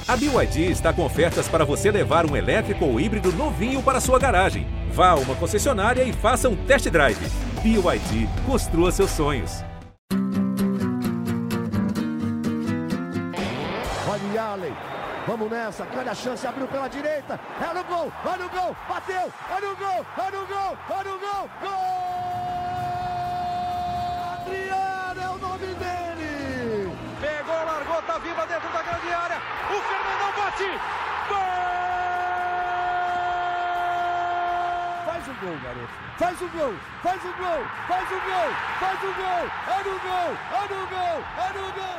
A BYD está com ofertas para você levar um elétrico ou híbrido novinho para sua garagem. Vá a uma concessionária e faça um test drive. BYD, construa seus sonhos. Olha Allen, vamos nessa, grande a chance, abriu pela direita, é no gol, olha o gol, bateu, olha o gol, olha o gol, olha o gol, gol! Adriano é o nome dele! Pegou, largou, tá viva dentro da grande área, o Fernandão bate, gol! Faz o gol, garoto, faz o gol, faz o gol, faz o gol, faz o gol, é no gol, é no gol, é no gol,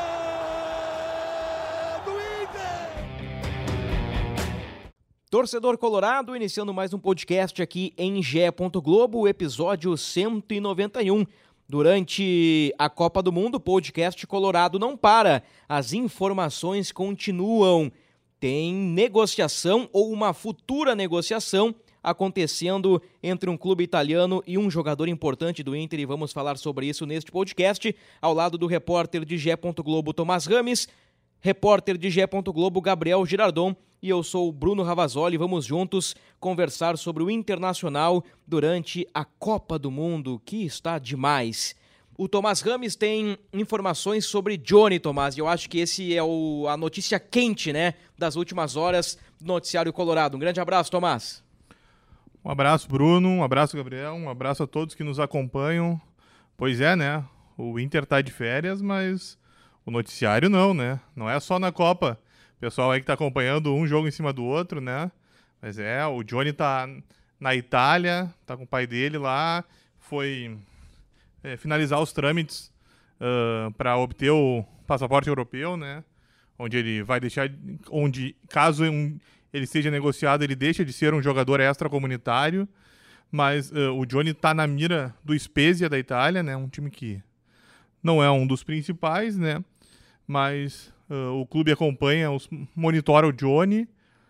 Torcedor colorado, iniciando mais um podcast aqui em GE. Globo, episódio 191. Durante a Copa do Mundo, o podcast Colorado não para. As informações continuam. Tem negociação ou uma futura negociação acontecendo entre um clube italiano e um jogador importante do Inter, e vamos falar sobre isso neste podcast, ao lado do repórter de GE. Globo, Tomás Rames, repórter de GE. Globo, Gabriel Girardon, e eu sou o Bruno Ravazoli. Vamos juntos conversar sobre o Internacional durante a Copa do Mundo, que está demais. O Tomás Rames tem informações sobre Johnny, Tomás, e eu acho que esse é a notícia quente, né, das últimas horas do noticiário colorado. Um grande abraço, Tomás. Um abraço, Bruno, um abraço, Gabriel, um abraço a todos que nos acompanham. Pois é, né, o Inter tá de férias, mas o noticiário não, né, não é só na Copa. O pessoal aí que tá acompanhando um jogo em cima do outro, né? Mas o Johnny tá na Itália, tá com o pai dele lá, foi finalizar os trâmites para obter o passaporte europeu, né? Onde ele vai deixar, caso ele seja negociado, ele deixa de ser um jogador extracomunitário, mas o Johnny tá na mira do Spezia da Itália, né? Um time que não é um dos principais, né? Mas o clube acompanha, monitora o Johnny,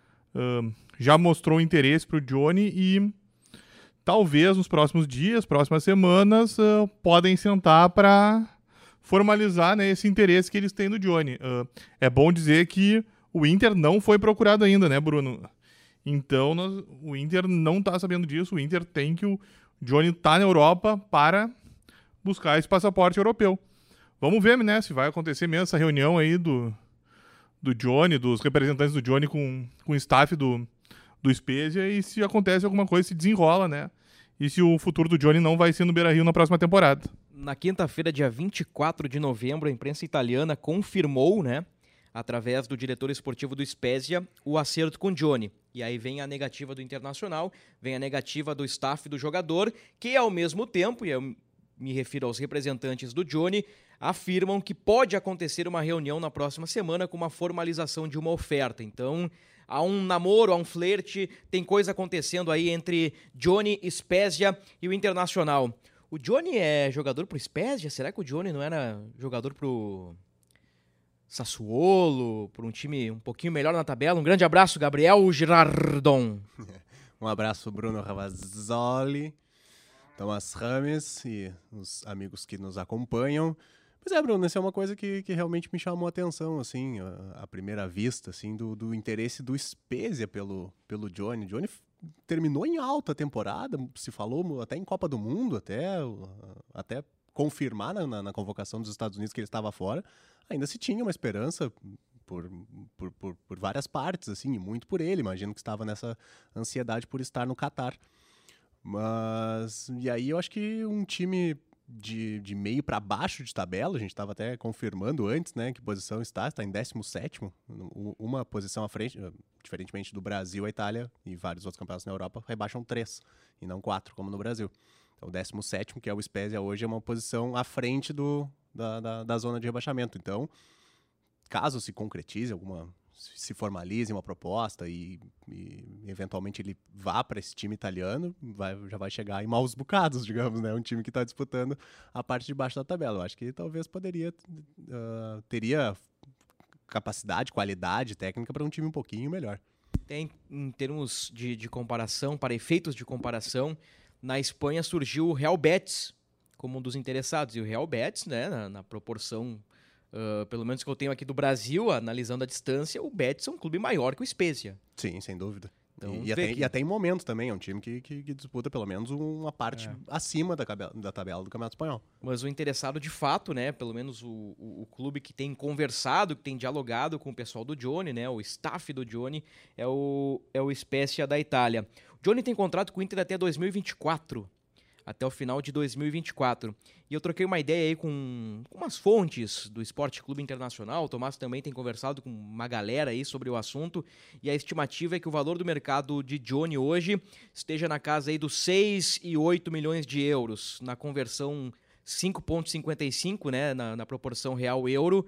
já mostrou interesse para o Johnny e talvez nos próximos dias, próximas semanas, podem sentar para formalizar, né, esse interesse que eles têm no Johnny. É bom dizer que o Inter não foi procurado ainda, né, Bruno? Então o Inter não está sabendo disso, o Inter tem que o Johnny tá na Europa para buscar esse passaporte europeu. Vamos ver, né, se vai acontecer mesmo essa reunião aí do Johnny, dos representantes do Johnny com o staff do Spezia, e se acontece alguma coisa, se desenrola, né? E se o futuro do Johnny não vai ser no Beira-Rio na próxima temporada. Na quinta-feira, dia 24 de novembro, a imprensa italiana confirmou, né, através do diretor esportivo do Spezia, o acerto com o Johnny. E aí vem a negativa do Internacional, vem a negativa do staff do jogador, que ao mesmo tempo, e eu me refiro aos representantes do Johnny, afirmam que pode acontecer uma reunião na próxima semana com uma formalização de uma oferta. Então, há um namoro, há um flerte, tem coisa acontecendo aí entre Johnny, Spezia e o Internacional. O Johnny é jogador pro Spezia? Será que o Johnny não era jogador pro Sassuolo, por um time um pouquinho melhor na tabela? Um grande abraço, Gabriel Girardon. Um abraço, Bruno Ravazoli, Tomás Rames e os amigos que nos acompanham. Pois é, Bruno, essa é uma coisa que realmente me chamou a atenção, assim, à primeira vista, assim, do interesse do Spezia pelo Johnny. Johnny terminou em alta temporada, se falou até em Copa do Mundo, até confirmar na convocação dos Estados Unidos que ele estava fora. Ainda se tinha uma esperança por várias partes, assim, e muito por ele. Imagino que estava nessa ansiedade por estar no Catar. Mas, e aí eu acho que um time de meio para baixo de tabela, a gente estava até confirmando antes, né, que posição está em 17º, uma posição à frente, diferentemente do Brasil, a Itália e vários outros campeonatos na Europa rebaixam 3 e não 4, como no Brasil. Então o 17º, que é o Spezia hoje, é uma posição à frente da zona de rebaixamento. Então, caso se concretize se formalize uma proposta e eventualmente ele vá para esse time italiano, já vai chegar em maus bocados, digamos, né? Um time que está disputando a parte de baixo da tabela. Eu acho que talvez teria capacidade, qualidade técnica para um time um pouquinho melhor. Tem, em termos de comparação, para efeitos de comparação, na Espanha surgiu o Real Betis como um dos interessados. E o Real Betis, né, na proporção pelo menos que eu tenho aqui do Brasil, analisando a distância, o Betis é um clube maior que o Spezia. Sim, sem dúvida. Então, E até em momento também, é um time que disputa pelo menos uma parte acima da tabela do Campeonato Espanhol. Mas o interessado de fato, né, pelo menos o clube que tem conversado, que tem dialogado com o pessoal do Johnny, né, o staff do Johnny, é o Spezia da Itália. O Johnny tem contrato com o Inter até 2024, até o final de 2024. E eu troquei uma ideia aí com umas fontes do Esporte Clube Internacional. O Tomás também tem conversado com uma galera aí sobre o assunto. E a estimativa é que o valor do mercado de Johnny hoje esteja na casa aí dos 6 e 8 milhões de euros. Na conversão 5,55, né, na proporção real-euro.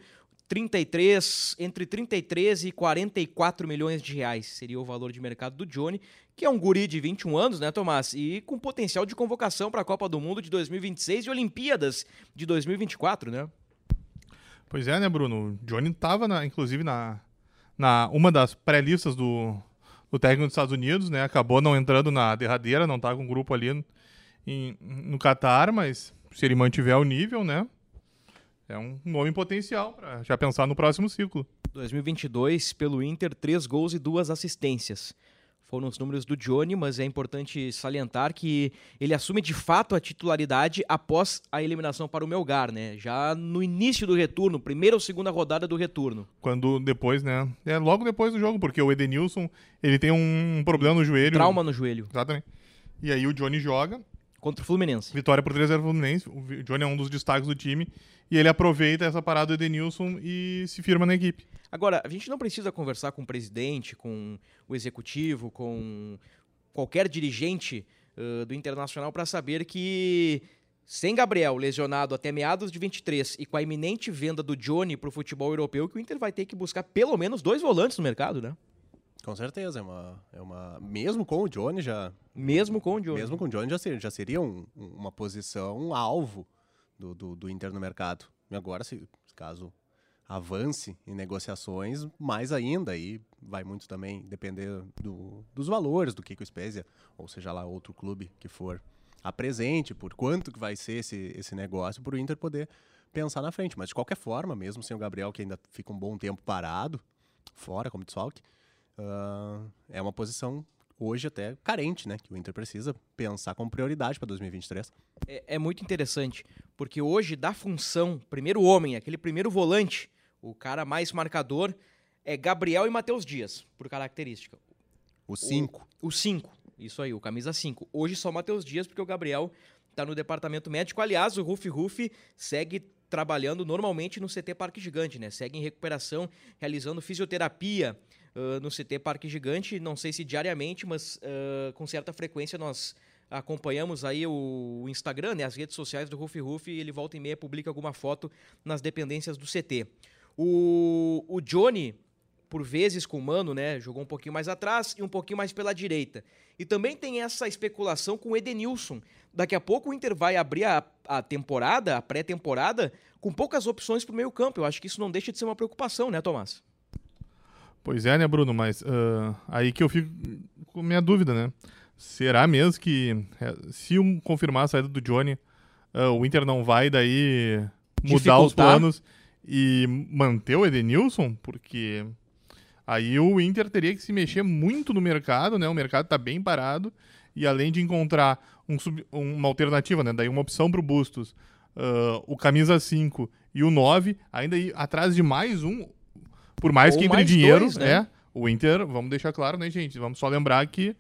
Entre 33 e 44 milhões de reais seria o valor de mercado do Johnny, que é um guri de 21 anos, né, Tomás? E com potencial de convocação para a Copa do Mundo de 2026 e Olimpíadas de 2024, né? Pois é, né, Bruno? O Johnny estava, inclusive, na uma das pré-listas do técnico dos Estados Unidos, né? Acabou não entrando na derradeira, não tá com o grupo ali no Catar, mas se ele mantiver o nível, né? É um nome potencial para já pensar no próximo ciclo. 2022, pelo Inter, 3 gols e 2 assistências. Foram os números do Johnny, mas é importante salientar que ele assume de fato a titularidade após a eliminação para o Melgar, né? Já no início do retorno, primeira ou segunda rodada do retorno. Quando depois, né? É logo depois do jogo, porque o Edenilson, ele tem um problema no joelho. Trauma no joelho. Exatamente. E aí o Johnny joga. Contra o Fluminense. Vitória por 3-0 Fluminense. O Johnny é um dos destaques do time. E ele aproveita essa parada do Edenilson e se firma na equipe. Agora, a gente não precisa conversar com o presidente, com o executivo, com qualquer dirigente do Internacional para saber que sem Gabriel lesionado até meados de 23 e com a iminente venda do Johnny para o futebol europeu, que o Inter vai ter que buscar pelo menos 2 volantes no mercado, né? Com certeza, mesmo com o Johnny Mesmo com o Johnny. Mesmo com o Johnny já seria uma posição, um alvo do Inter no mercado. E agora, se caso avance em negociações, mais ainda, aí vai muito também depender dos valores do que o Spezia, ou seja lá outro clube que for, apresente, por quanto que vai ser esse negócio, para o Inter poder pensar na frente. Mas de qualquer forma, mesmo sem o Gabriel, que ainda fica um bom tempo parado, fora como desfalque, é uma posição hoje até carente, né? Que o Inter precisa pensar como prioridade para 2023. É muito interessante, porque hoje da função, primeiro homem, aquele primeiro volante, o cara mais marcador, é Gabriel e Matheus Dias, por característica. O 5. O 5, isso aí, o camisa 5. Hoje só Matheus Dias, porque o Gabriel tá no departamento médico. Aliás, o Rufi segue trabalhando normalmente no CT Parque Gigante, né? Segue em recuperação, realizando fisioterapia no CT Parque Gigante, não sei se diariamente, mas com certa frequência nós acompanhamos aí o Instagram, né, as redes sociais do Rufi, e ele volta e meia publica alguma foto nas dependências do CT. O Johnny, por vezes com o Mano, né, jogou um pouquinho mais atrás e um pouquinho mais pela direita. E também tem essa especulação com o Edenilson. Daqui a pouco o Inter vai abrir a temporada, a pré-temporada, com poucas opções para o meio campo. Eu acho que isso não deixa de ser uma preocupação, né, Tomás? Pois é, né, Bruno? Mas aí que eu fico com minha dúvida, né? Será mesmo que, se confirmar a saída do Johnny, o Inter não vai daí mudar os planos e manter o Edenilson? Porque aí o Inter teria que se mexer muito no mercado, né? O mercado tá bem parado e além de encontrar uma alternativa, né? Daí uma opção pro Bustos, o camisa 5 e o 9, ainda ir atrás de mais um. Por mais que entre dinheiro, 2, né? O Inter, vamos deixar claro, né, gente? Vamos só lembrar que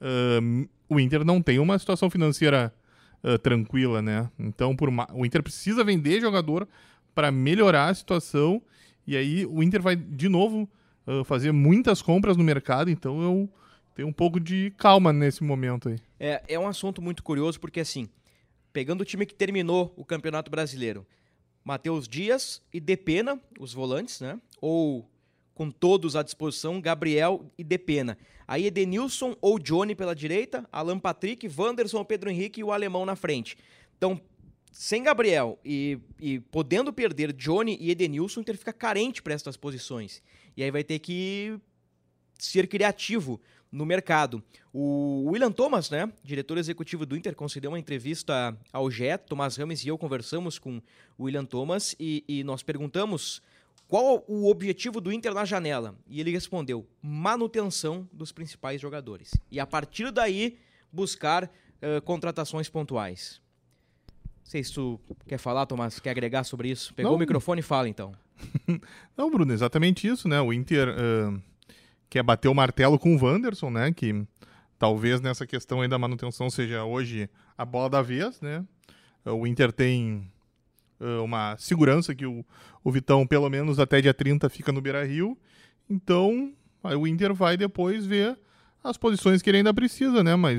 o Inter não tem uma situação financeira tranquila, né? Então, o Inter precisa vender jogador para melhorar a situação e aí o Inter vai, de novo, fazer muitas compras no mercado, então eu tenho um pouco de calma nesse momento aí. É um assunto muito curioso porque, assim, pegando o time que terminou o Campeonato Brasileiro, Matheus Dias e Depena, os volantes, né? Ou, com todos à disposição, Gabriel e Depena. Aí Edenilson ou Johnny pela direita, Alan Patrick, Wanderson, Pedro Henrique e o alemão na frente. Então, sem Gabriel e podendo perder Johnny e Edenilson, o Inter fica carente para estas posições. E aí vai ter que ser criativo no mercado. O William Thomas, né, diretor executivo do Inter, concedeu uma entrevista ao GE. Tomás Rames e eu conversamos com o William Thomas e nós perguntamos qual o objetivo do Inter na janela. E ele respondeu: manutenção dos principais jogadores. E a partir daí, buscar contratações pontuais. Não sei se tu quer falar, Tomás, quer agregar sobre isso. Pegou o microfone e fala, então. Não, Bruno, exatamente isso, né? O Inter quer bater o martelo com o Wanderson, né? Que talvez nessa questão aí da manutenção seja hoje a bola da vez, né? O Inter tem uma segurança que o Vitão, pelo menos até dia 30, fica no Beira-Rio. Então, aí o Inter vai depois ver as posições que ele ainda precisa, né? Mas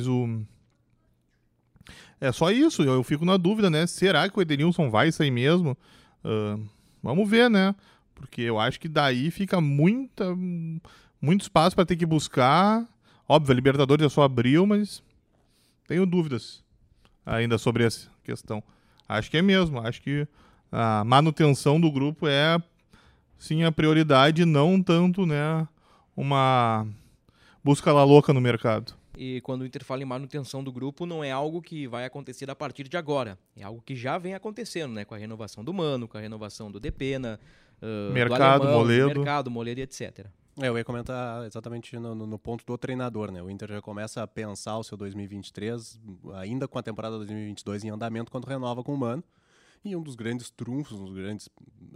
é só isso, eu fico na dúvida, né? Será que o Edenilson vai sair mesmo? Vamos ver, né? Porque eu acho que daí fica muito espaço para ter que buscar. Óbvio, a Libertadores é só abril, mas tenho dúvidas ainda sobre essa questão. Acho que é mesmo, acho que a manutenção do grupo é, sim, a prioridade, não tanto, né, uma busca lá louca no mercado. E quando o Inter fala em manutenção do grupo, não é algo que vai acontecer a partir de agora. É algo que já vem acontecendo, né? Com a renovação do Mano, com a renovação do Depena, mercado, do Alemão, Moledo. mercado, Moledo, etc. Eu ia comentar exatamente no ponto do treinador, né? O Inter já começa a pensar o seu 2023, ainda com a temporada 2022 em andamento, quando renova com o Mano. E um dos grandes trunfos, um dos grandes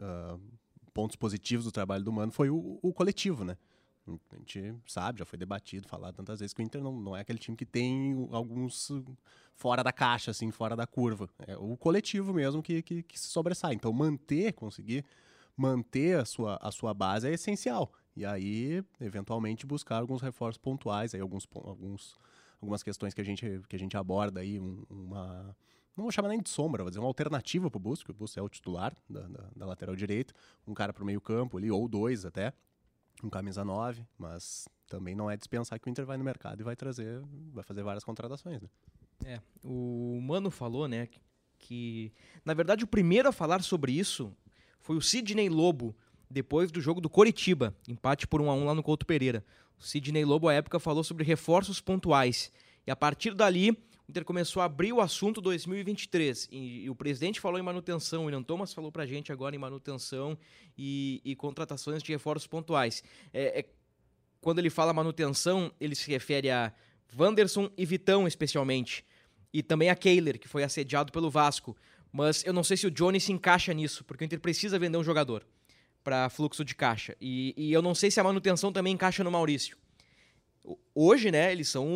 pontos positivos do trabalho do Mano foi o coletivo, né? A gente sabe, já foi debatido, falado tantas vezes que o Inter não é aquele time que tem alguns fora da caixa, assim, fora da curva. É o coletivo mesmo que se sobressai. Então, conseguir manter a sua base é essencial. E aí, eventualmente, buscar alguns reforços pontuais, aí algumas questões que a gente aborda aí, não vou chamar nem de sombra, vou dizer uma alternativa para o Bustos, porque o Bustos é o titular da lateral direita, um cara para o meio campo ali, ou dois até, um camisa 9, mas também não é dispensar que o Inter vai no mercado e vai fazer várias contratações, né? O Mano falou, né, que na verdade o primeiro a falar sobre isso foi o Sidney Lobo, depois do jogo do Coritiba, empate por 1-1 lá no Couto Pereira. O Sidney Lobo, à época, falou sobre reforços pontuais. E a partir dali, o Inter começou a abrir o assunto 2023. E o presidente falou em manutenção, o William Thomas falou pra gente agora em manutenção e contratações de reforços pontuais. Quando ele fala manutenção, ele se refere a Wanderson e Vitão, especialmente. E também a Kehler, que foi assediado pelo Vasco. Mas eu não sei se o Johnny se encaixa nisso, porque o Inter precisa vender um jogador para fluxo de caixa. E eu não sei se a manutenção também encaixa no Maurício. Hoje, né, eles são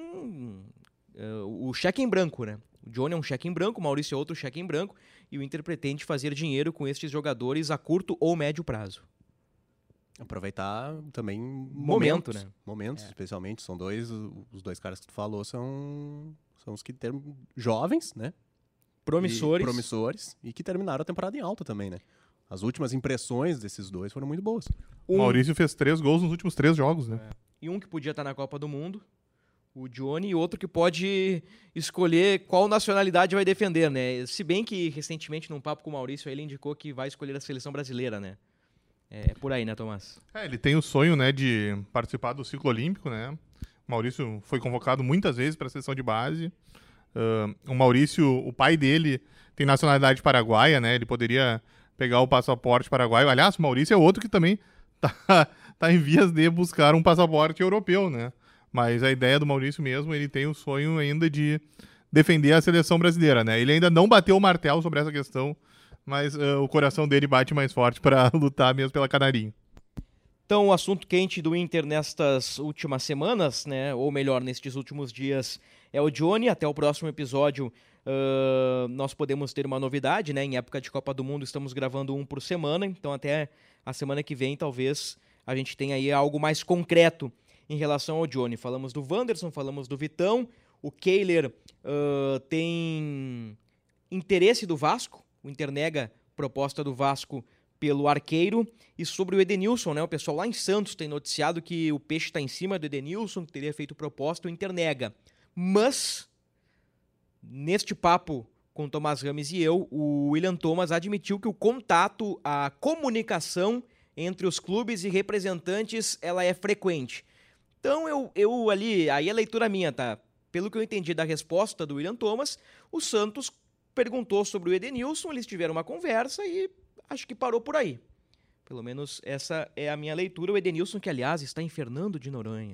o cheque em branco, né? O Johnny é um cheque em branco, o Maurício é outro cheque em branco, e o Inter pretende fazer dinheiro com estes jogadores a curto ou médio prazo. Aproveitar também Momentos, né? Momentos, especialmente. São os dois caras que tu falou são os que jovens, né? Promissores e que terminaram a temporada em alta também, né? As últimas impressões desses dois foram muito boas. O Maurício fez 3 gols nos últimos 3 jogos, né? E um que podia estar na Copa do Mundo, o Johnny, e outro que pode escolher qual nacionalidade vai defender, né? Se bem que recentemente, num papo com o Maurício, ele indicou que vai escolher a seleção brasileira, né? É por aí, né, Tomás? Ele tem o sonho, né, de participar do ciclo olímpico, né? O Maurício foi convocado muitas vezes para a seleção de base. O Maurício, o pai dele, tem nacionalidade paraguaia, né? Ele poderia pegar o passaporte paraguaio. Aliás, o Maurício é outro que também tá em vias de buscar um passaporte europeu, né? Mas a ideia do Maurício mesmo, ele tem o sonho ainda de defender a seleção brasileira, né? Ele ainda não bateu o martelo sobre essa questão, mas o coração dele bate mais forte para lutar mesmo pela Canarinho. Então, o assunto quente do Inter nestas últimas semanas, né, ou melhor, nestes últimos dias, é o Johnny. Até o próximo episódio nós podemos ter uma novidade, né? Em época de Copa do Mundo estamos gravando um por semana, então até a semana que vem talvez a gente tenha aí algo mais concreto em relação ao Johnny. Falamos do Wanderson, falamos do Vitão, o Kehler tem interesse do Vasco, o Inter nega proposta do Vasco pelo arqueiro. E sobre o Edenilson, né? O pessoal lá em Santos tem noticiado que o peixe está em cima do Edenilson, que teria feito proposta, o Inter nega. Mas, neste papo com o Tomás Rames e eu, o William Thomas admitiu que o contato, a comunicação entre os clubes e representantes, ela é frequente. Então eu ali, aí a leitura minha, tá? Pelo que eu entendi da resposta do William Thomas, o Santos perguntou sobre o Edenilson, eles tiveram uma conversa e acho que parou por aí. Pelo menos essa é a minha leitura. O Edenilson, que aliás está em Fernando de Noronha.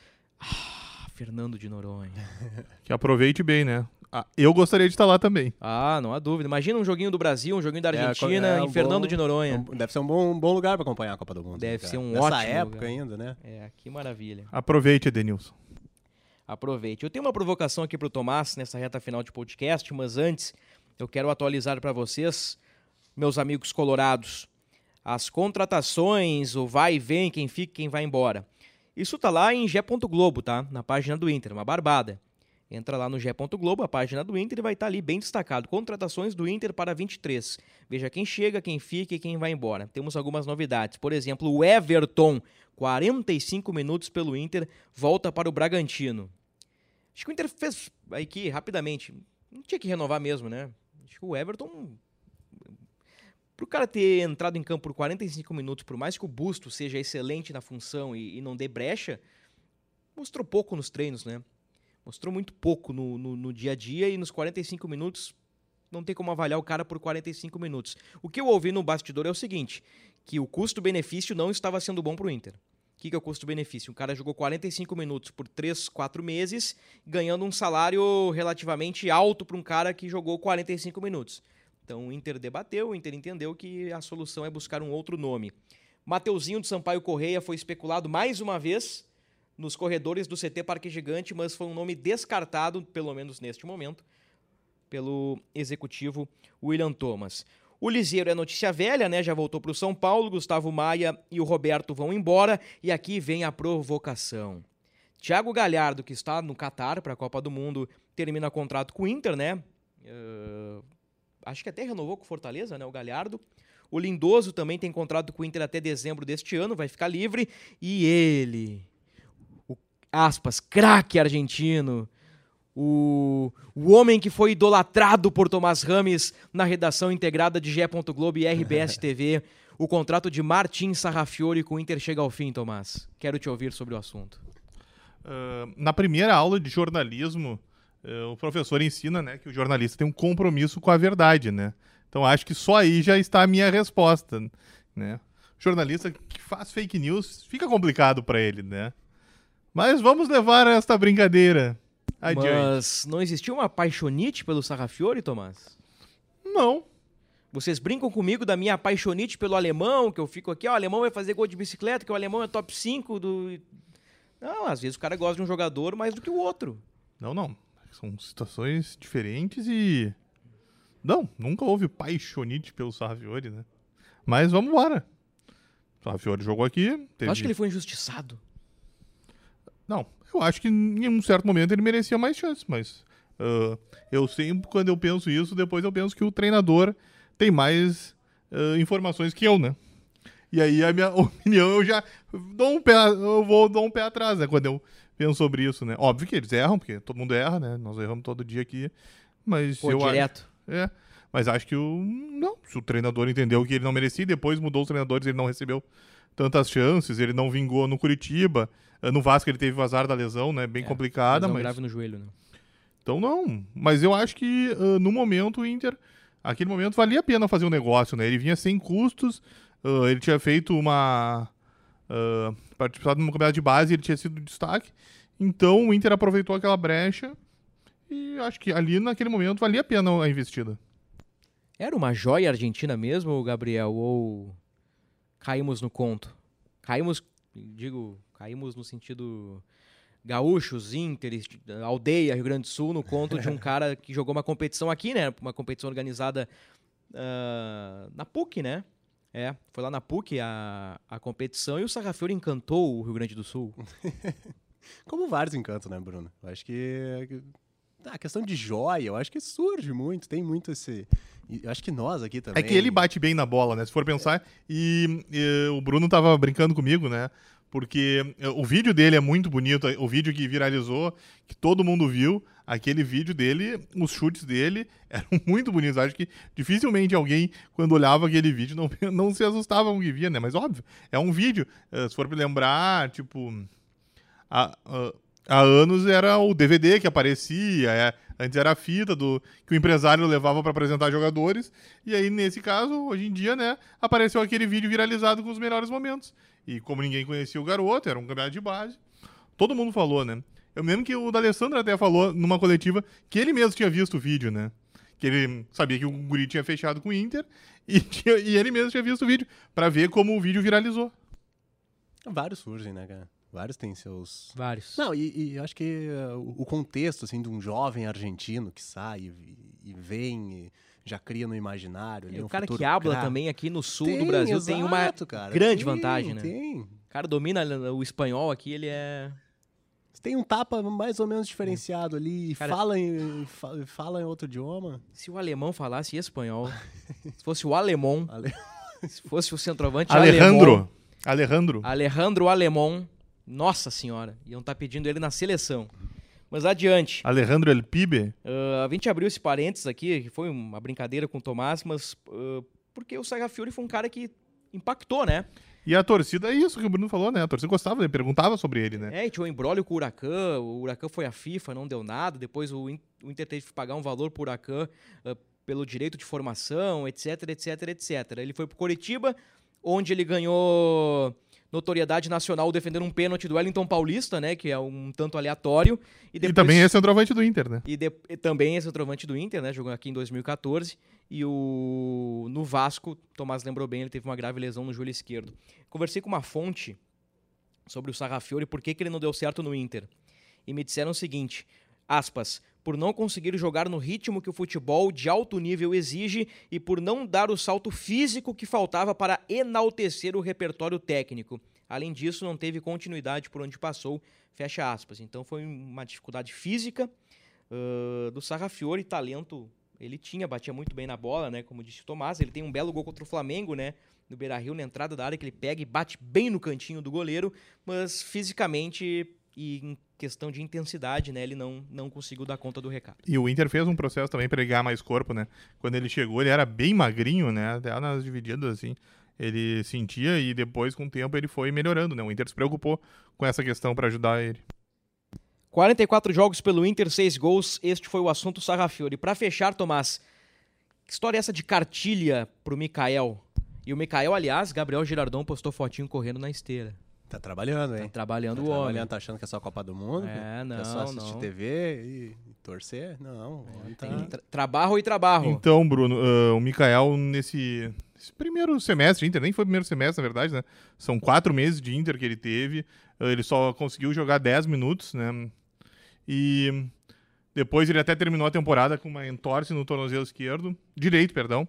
Fernando de Noronha. Que aproveite bem, né? Eu gostaria de estar lá também. Não há dúvida. Imagina um joguinho do Brasil, um joguinho da Argentina em Fernando de Noronha. Deve ser um bom lugar para acompanhar a Copa do Mundo. Deve ser um Nessa ótimo época lugar. ainda, né? Que maravilha. Aproveite, Edenilson. Aproveite. Eu tenho uma provocação aqui para o Tomás nessa reta final de podcast, mas antes eu quero atualizar para vocês, meus amigos colorados, as contratações, o vai e vem, quem fica, quem vai embora. Isso tá lá em G.Globo, tá? Na página do Inter, uma barbada. Entra lá no G.Globo, a página do Inter, e vai estar ali bem destacado. Contratações do Inter para 23. Veja quem chega, quem fica e quem vai embora. Temos algumas novidades. Por exemplo, o Everton, 45 minutos pelo Inter, volta para o Bragantino. Acho que o Inter fez aqui, rapidamente, não tinha que renovar mesmo, né? Acho que o Everton... Pro cara ter entrado em campo por 45 minutos, por mais que o Busto seja excelente na função e não dê brecha, mostrou pouco nos treinos, né? Mostrou muito pouco no dia a dia e nos 45 minutos não tem como avaliar o cara por 45 minutos. O que eu ouvi no bastidor é o seguinte, que o custo-benefício não estava sendo bom pro Inter. O que é o custo-benefício? O cara jogou 45 minutos por 3, 4 meses, ganhando um salário relativamente alto para um cara que jogou 45 minutos. Então o Inter debateu, o Inter entendeu que a solução é buscar um outro nome. Mateuzinho de Sampaio Correia foi especulado mais uma vez nos corredores do CT Parque Gigante, mas foi um nome descartado, pelo menos neste momento, pelo executivo William Thomas. O Liseiro é notícia velha, né? Já voltou para o São Paulo, Gustavo Maia e o Roberto vão embora, e aqui vem a provocação. Thiago Galhardo, que está no Catar para a Copa do Mundo, termina contrato com o Inter, né? Acho que até renovou com o Fortaleza, né, o Galhardo. O Lindoso também tem contrato com o Inter até dezembro deste ano, vai ficar livre. E ele, o, aspas, craque argentino, o homem que foi idolatrado por Tomás Rames na redação integrada de G.Globo e RBS TV, o contrato de Martin Sarrafiori com o Inter chega ao fim, Tomás. Quero te ouvir sobre o assunto. Na primeira aula de jornalismo, o professor ensina, né, que o jornalista tem um compromisso com a verdade, né? Então acho que só aí já está a minha resposta, né? O jornalista que faz fake news fica complicado para ele, né? Mas vamos levar esta brincadeira adiante. Mas não existiu uma paixonite pelo Sarrafiori, Tomás? Não. Vocês brincam comigo da minha paixonite pelo alemão, que eu fico aqui, o alemão vai fazer gol de bicicleta, que o alemão é top 5 do... Não, às vezes o cara gosta de um jogador mais do que o outro. Não. São situações diferentes e... Não, nunca houve paixonite pelo Sarrafiori, né? Mas vamos embora. O Sarrafiori jogou aqui... Eu acho que ele foi injustiçado. Não, eu acho que em um certo momento ele merecia mais chances, mas... eu sempre, quando eu penso isso, depois eu penso que o treinador tem mais informações que eu, né? E aí a minha opinião eu já vou dar um pé atrás, né? Quando eu penso sobre isso, né? Óbvio que eles erram, porque todo mundo erra, né? Nós erramos todo dia aqui, mas direto. Mas acho que se o treinador entendeu que ele não merecia, depois mudou os treinadores, ele não recebeu tantas chances, ele não vingou no Curitiba, no Vasco ele teve o azar da lesão, né? Bem complicada, lesão mas... grave no joelho, né? Então não, mas eu acho que no momento o Inter, aquele momento valia a pena fazer um negócio, né? Ele vinha sem custos, ele tinha feito participado de uma campeonato de base, ele tinha sido destaque, então o Inter aproveitou aquela brecha e acho que ali naquele momento valia a pena a investida. Era uma joia argentina mesmo, Gabriel, ou caímos no conto? Caímos no sentido... Gaúchos, Inter, Aldeia, Rio Grande do Sul, no conto de um cara que jogou uma competição aqui, né? Uma competição organizada na PUC, né? Foi lá na PUC a competição e o Sarrafiori encantou o Rio Grande do Sul. Como vários encantos, né, Bruno? Eu acho que a questão de joia, eu acho que surge muito, tem muito esse... Eu acho que nós aqui também... É que ele bate bem na bola, né? Se for pensar, e o Bruno tava brincando comigo, né? Porque o vídeo dele é muito bonito, o vídeo que viralizou, que todo mundo viu, aquele vídeo dele, os chutes dele eram muito bonitos. Acho que dificilmente alguém, quando olhava aquele vídeo, não se assustava com o que via, né? Mas óbvio, é um vídeo. Se for lembrar, tipo, há anos era o DVD que aparecia, antes era a fita que o empresário levava para apresentar jogadores, e aí nesse caso, hoje em dia, né, apareceu aquele vídeo viralizado com os melhores momentos. E como ninguém conhecia o garoto, era um campeonato de base, todo mundo falou, né? Eu me lembro que o D'Alessandro até falou numa coletiva que ele mesmo tinha visto o vídeo, né? Que ele sabia que o guri tinha fechado com o Inter e ele mesmo tinha visto o vídeo pra ver como o vídeo viralizou. Vários surgem, né, cara? Vários têm seus... Vários. Não, e eu acho que o contexto, assim, de um jovem argentino que sai e vem e já cria no imaginário. Ali, o cara que habla também aqui no sul do Brasil exato, tem uma cara, grande vantagem, né? Tem. O cara domina o espanhol aqui, ele é... Tem um tapa mais ou menos diferenciado ali, Cara, fala em outro idioma. Se o alemão falasse espanhol, se fosse o alemão, se fosse o centroavante Alejandro Alemão, nossa senhora, iam estar pedindo ele na seleção. Mas adiante. Alejandro El Pibe. A gente abriu esse parênteses aqui, que foi uma brincadeira com o Tomás, mas porque o Sarrafiori foi um cara que impactou, né? E a torcida, é isso que o Bruno falou, né? A torcida gostava, perguntava sobre ele, né? E tinha um embrólio com o Huracan foi à FIFA, não deu nada, depois o Inter teve que pagar um valor pro Huracan pelo direito de formação, etc, etc, etc. Ele foi pro Coritiba, onde ele ganhou notoriedade nacional defendendo um pênalti do Wellington Paulista, né, que é um tanto aleatório. E também é centroavante do Inter, né? E também é centroavante do Inter, né, jogou aqui em 2014. E no Vasco, Tomás lembrou bem, ele teve uma grave lesão no joelho esquerdo. Conversei com uma fonte sobre o Sarrafiori, por que ele não deu certo no Inter. E me disseram o seguinte, aspas, por não conseguir jogar no ritmo que o futebol de alto nível exige e por não dar o salto físico que faltava para enaltecer o repertório técnico. Além disso, não teve continuidade por onde passou, fecha aspas. Então foi uma dificuldade física do Sarrafiori, talento ele tinha, batia muito bem na bola, né? Como disse o Tomás, ele tem um belo gol contra o Flamengo, né? No Beira-Rio, na entrada da área, que ele pega e bate bem no cantinho do goleiro, mas fisicamente e em questão de intensidade, né, ele não conseguiu dar conta do recado. E o Inter fez um processo também para ele ganhar mais corpo, né? Quando ele chegou, ele era bem magrinho, né? Até nas divididas, assim, ele sentia e depois, com o tempo, ele foi melhorando, né? O Inter se preocupou com essa questão para ajudar ele. 44 jogos pelo Inter, 6 gols, este foi o assunto Sarrafiori. Para fechar, Tomás, que história é essa de cartilha pro Mikael? E o Mikael, aliás, Gabriel Girardon postou fotinho correndo na esteira. Tá trabalhando, hein? Tá trabalhando o homem. Tá achando que é só a Copa do Mundo? Não, que é só assistir TV e torcer? Não. Trabalho e trabalho. Então, Bruno, o Mikael nesse primeiro semestre, Inter, nem foi o primeiro semestre, na verdade, né? São 4 meses de Inter que ele teve. Ele só conseguiu jogar 10 minutos, né? E depois ele até terminou a temporada com uma entorse no tornozelo direito, perdão.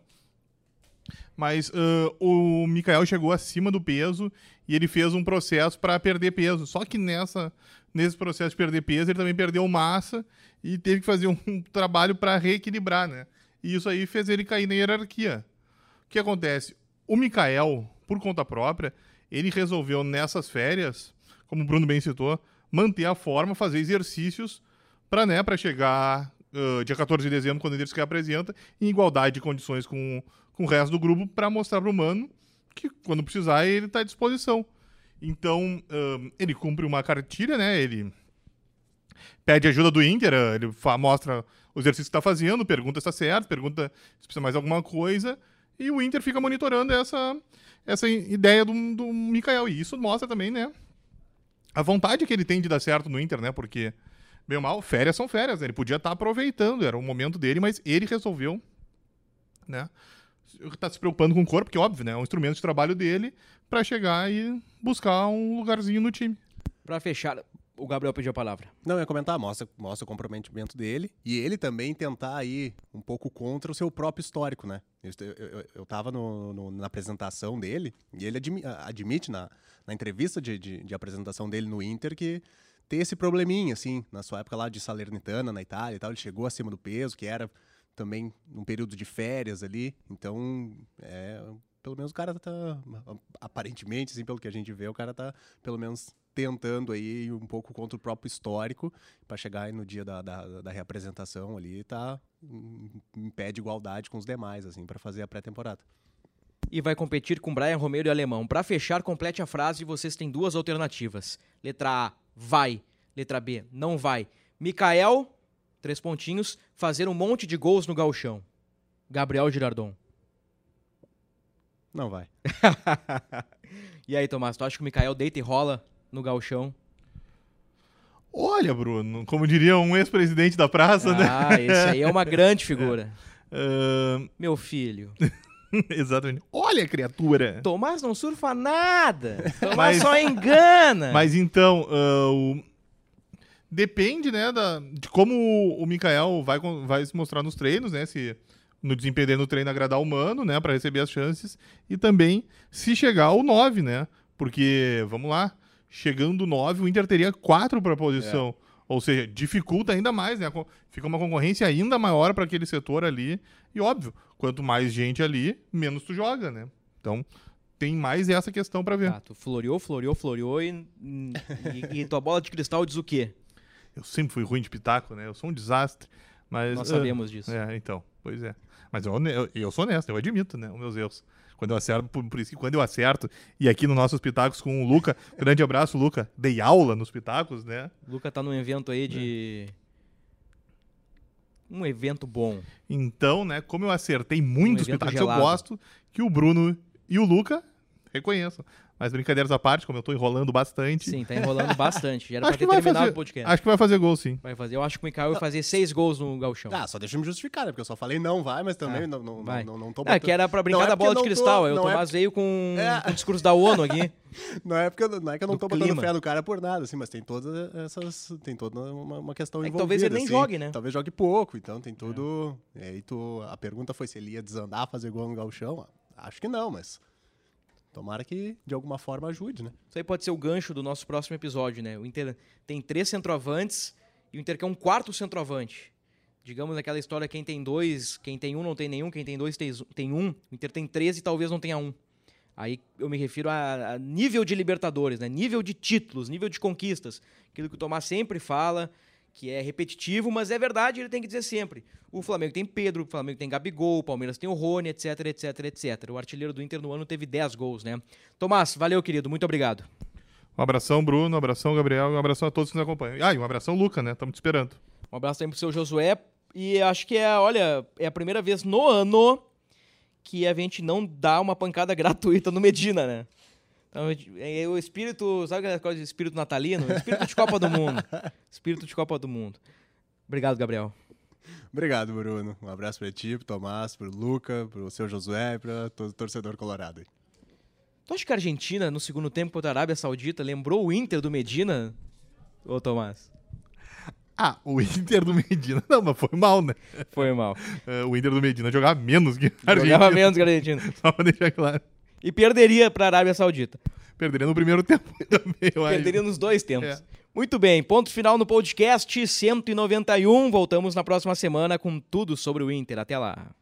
Mas o Mikael chegou acima do peso e ele fez um processo para perder peso. Só que nesse processo de perder peso, ele também perdeu massa e teve que fazer um trabalho para reequilibrar, né? E isso aí fez ele cair na hierarquia. O que acontece? O Mikael, por conta própria, ele resolveu nessas férias, como o Bruno bem citou, manter a forma, fazer exercícios para chegar dia 14 de dezembro, quando ele se apresenta, em igualdade de condições com o resto do grupo, para mostrar para o Mano que, quando precisar, ele está à disposição. Então, ele cumpre uma cartilha, né? Ele pede ajuda do Inter, ele mostra o exercício que está fazendo, pergunta se está certo, pergunta se precisa mais alguma coisa, e o Inter fica monitorando essa ideia do Mikael. E isso mostra também, né, a vontade que ele tem de dar certo no Inter, né? Porque, bem ou mal, férias são férias, né? Ele podia estar aproveitando, era o momento dele, mas ele resolveu, né, tá se preocupando com o corpo, porque, óbvio, né, é um instrumento de trabalho dele para chegar e buscar um lugarzinho no time. Para fechar, o Gabriel pediu a palavra. Não, eu ia comentar, mostra o comprometimento dele e ele também tentar ir um pouco contra o seu próprio histórico, né? Eu tava na apresentação dele e ele admite na entrevista de apresentação dele no Inter que tem esse probleminha, assim, na sua época lá de Salernitana, na Itália e tal, ele chegou acima do peso, que era também um período de férias ali, então, pelo menos o cara tá, aparentemente, assim, pelo que a gente vê, o cara tá, pelo menos, tentando aí um pouco contra o próprio histórico, para chegar aí no dia da reapresentação ali, tá em pé de igualdade com os demais, assim, para fazer a pré-temporada. E vai competir com Brian Romero e Alemão. Para fechar, complete a frase e vocês têm 2 alternativas. Letra A, Vai. Letra B, não vai. Mikael, 3 pontinhos, fazer um monte de gols no gauchão. Gabriel Girardon. Não vai. E aí, Tomás, tu acha que o Mikael deita e rola no gauchão? Olha, Bruno, como diria um ex-presidente da praça, né? Ah, esse aí é uma grande figura. Ah, Meu filho. exatamente. Olha, criatura! Tomás não surfa nada. Tomás Mas- só engana. Mas então, depende, né, de como o Mikael vai se mostrar nos treinos, né? Se no desempenho dele no treino agradar o Mano, né, para receber as chances. E também se chegar ao 9, né? Porque, vamos lá, chegando o 9, o Inter teria 4 para a posição. Ou seja, dificulta ainda mais, né? Fica uma concorrência ainda maior para aquele setor ali. E óbvio, quanto mais gente ali, menos tu joga, né? Então, tem mais essa questão para ver. Ah, tu floreou e tua bola de cristal diz o quê? Eu sempre fui ruim de pitaco, né? Eu sou um desastre. Mas, Nós sabemos disso. Então, pois é. Mas eu sou honesto, eu admito, né? Os meus erros. Quando eu acerto, por isso que quando eu acerto, e aqui nos nossos pitacos com o Luca, grande abraço, Luca, dei aula nos pitacos, né? O Luca tá num evento aí de... Um evento bom. Então, né, como eu acertei muitos evento pitacos, gelado. eu gosto que o Bruno e o Luca reconheçam. Mas brincadeiras à parte, como eu tô enrolando bastante. Sim, tá enrolando bastante. Já era pra Acho ter que vai terminado fazer. o podcast. Acho que vai fazer gol, sim. Vai fazer. Eu acho que o Mikael vai fazer 6 gols no gauchão. Ah, só deixa eu me justificar, né? Porque eu só falei não vai, mas também não vai. não tô Ah, que era pra brincar Não é da bola de porque eu não cristal. tô- Aí o não é Tomás veio com É. o discurso da ONU aqui. Não é que eu não Do tô botando clima. fé no cara por nada, assim, mas tem todas essas. Tem toda uma questão É que envolvida. talvez ele nem assim. jogue, né? Talvez jogue pouco, então tem tudo. E aí a pergunta foi se ele ia desandar, fazer gol no gauchão. Acho que não, mas. Tomara que de alguma forma ajude, né? Isso aí pode ser o gancho do nosso próximo episódio, né? O Inter tem 3 centroavantes e o Inter quer um 4º centroavante. Digamos aquela história, quem tem 2, quem tem 1 não tem nenhum, quem tem 2 tem 1. O Inter tem 3 e talvez não tenha 1. Aí eu me refiro a nível de Libertadores, né? Nível de títulos, nível de conquistas. Aquilo que o Tomás sempre fala, que é repetitivo, mas é verdade, ele tem que dizer sempre. O Flamengo tem Pedro, o Flamengo tem Gabigol, o Palmeiras tem o Rony, etc, etc, etc. O artilheiro do Inter no ano teve 10 gols, né? Tomás, valeu, querido, muito obrigado. Um abração, Bruno, um abração, Gabriel, e um abração a todos que nos acompanham. E um abração, Luca, né? Estamos te esperando. Um abraço também pro seu Josué. E acho que é a primeira vez no ano que a gente não dá uma pancada gratuita no Medina, né? Então, é o espírito, sabe aquela coisa de espírito natalino? Espírito de Copa do Mundo. Espírito de Copa do Mundo. Obrigado, Gabriel. Obrigado, Bruno. Um abraço pra ti, pro Tomás, pro Luca, pro seu Josué e pra todo torcedor colorado aí. Tu acha que a Argentina, no segundo tempo contra a Arábia Saudita, lembrou o Inter do Medina? Ô, Tomás? O Inter do Medina. Não, mas foi mal, né? Foi mal. O Inter do Medina jogava menos que a Argentina. Jogava menos que a Argentina. Só pra deixar claro. E perderia pra Arábia Saudita. Perderia no primeiro tempo também, eu acho. Perderia nos 2 tempos. É. Muito bem, ponto final no podcast 191. Voltamos na próxima semana com tudo sobre o Inter. Até lá.